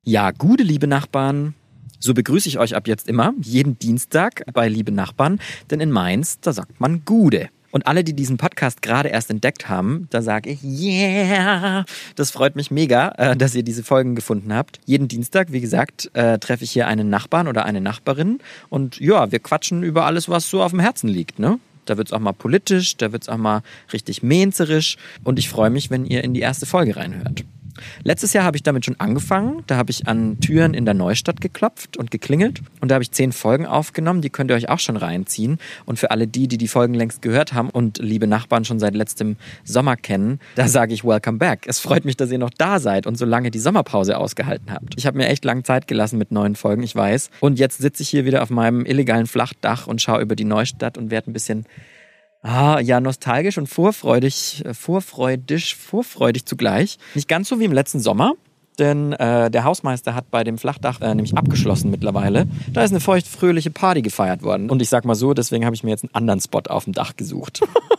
Ja, gute liebe Nachbarn, so begrüße ich euch ab jetzt immer, jeden Dienstag bei Liebe Nachbarn, denn in Mainz, da sagt man Gude. Und alle, die diesen Podcast gerade erst entdeckt haben, da sage ich, yeah, das freut mich mega, dass ihr diese Folgen gefunden habt. Jeden Dienstag, wie gesagt, treffe ich hier einen Nachbarn oder eine Nachbarin und ja, wir quatschen über alles, was so auf dem Herzen liegt, ne? Da wird's auch mal politisch, da wird's auch mal richtig mehnserisch und ich freue mich, wenn ihr in die erste Folge reinhört. Letztes Jahr habe ich damit schon angefangen. Da habe ich an Türen in der Neustadt geklopft und geklingelt. Und da habe ich 10 Folgen aufgenommen. Die könnt ihr euch auch schon reinziehen. Und für alle die die Folgen längst gehört haben und liebe Nachbarn schon seit letztem Sommer kennen, da sage ich Welcome back. Es freut mich, dass ihr noch da seid und so lange die Sommerpause ausgehalten habt. Ich habe mir echt lange Zeit gelassen mit neuen Folgen, ich weiß. Und jetzt sitze ich hier wieder auf meinem illegalen Flachdach und schaue über die Neustadt und werde ein bisschen nostalgisch und vorfreudig zugleich. Nicht ganz so wie im letzten Sommer, denn der Hausmeister hat bei dem Flachdach nämlich abgeschlossen mittlerweile. Da ist eine feuchtfröhliche Party gefeiert worden. Und ich sag mal so, deswegen habe ich mir jetzt einen anderen Spot auf dem Dach gesucht.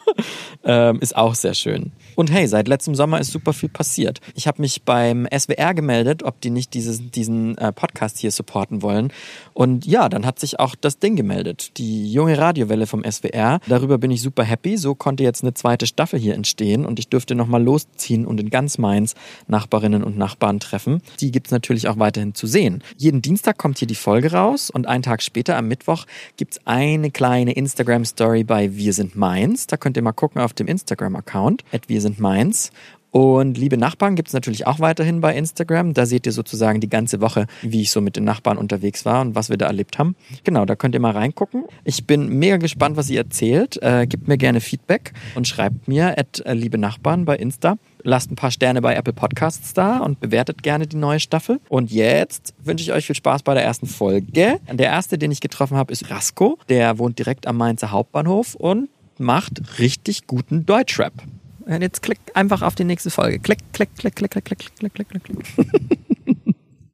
Ist auch sehr schön. Und hey, seit letztem Sommer ist super viel passiert. Ich habe mich beim SWR gemeldet, ob die nicht diesen Podcast hier supporten wollen. Und ja, dann hat sich auch das Ding gemeldet. Die junge Radiowelle vom SWR. Darüber bin ich super happy. So konnte jetzt eine zweite Staffel hier entstehen. Und ich dürfte nochmal losziehen und in ganz Mainz Nachbarinnen und Nachbarn treffen. Die gibt's natürlich auch weiterhin zu sehen. Jeden Dienstag kommt hier die Folge raus. Und einen Tag später, am Mittwoch, gibt's eine kleine Instagram-Story bei Wir sind Mainz. Da könnt ihr mal gucken auf dem Instagram-Account @wirsindmainz. Und liebe Nachbarn gibt's natürlich auch weiterhin bei Instagram. Da seht ihr sozusagen die ganze Woche, wie ich so mit den Nachbarn unterwegs war und was wir da erlebt haben. Genau, da könnt ihr mal reingucken. Ich bin mega gespannt, was ihr erzählt. Gebt mir gerne Feedback und schreibt mir @liebe Nachbarn bei Insta. Lasst ein paar Sterne bei Apple Podcasts da und bewertet gerne die neue Staffel. Und jetzt wünsche ich euch viel Spaß bei der ersten Folge. Der erste, den ich getroffen habe, ist Rasko. Der wohnt direkt am Mainzer Hauptbahnhof und macht richtig guten Deutschrap. Und jetzt klickt einfach auf die nächste Folge. Klick, klick, klick, klick, klick, klick, klick, klick, klick.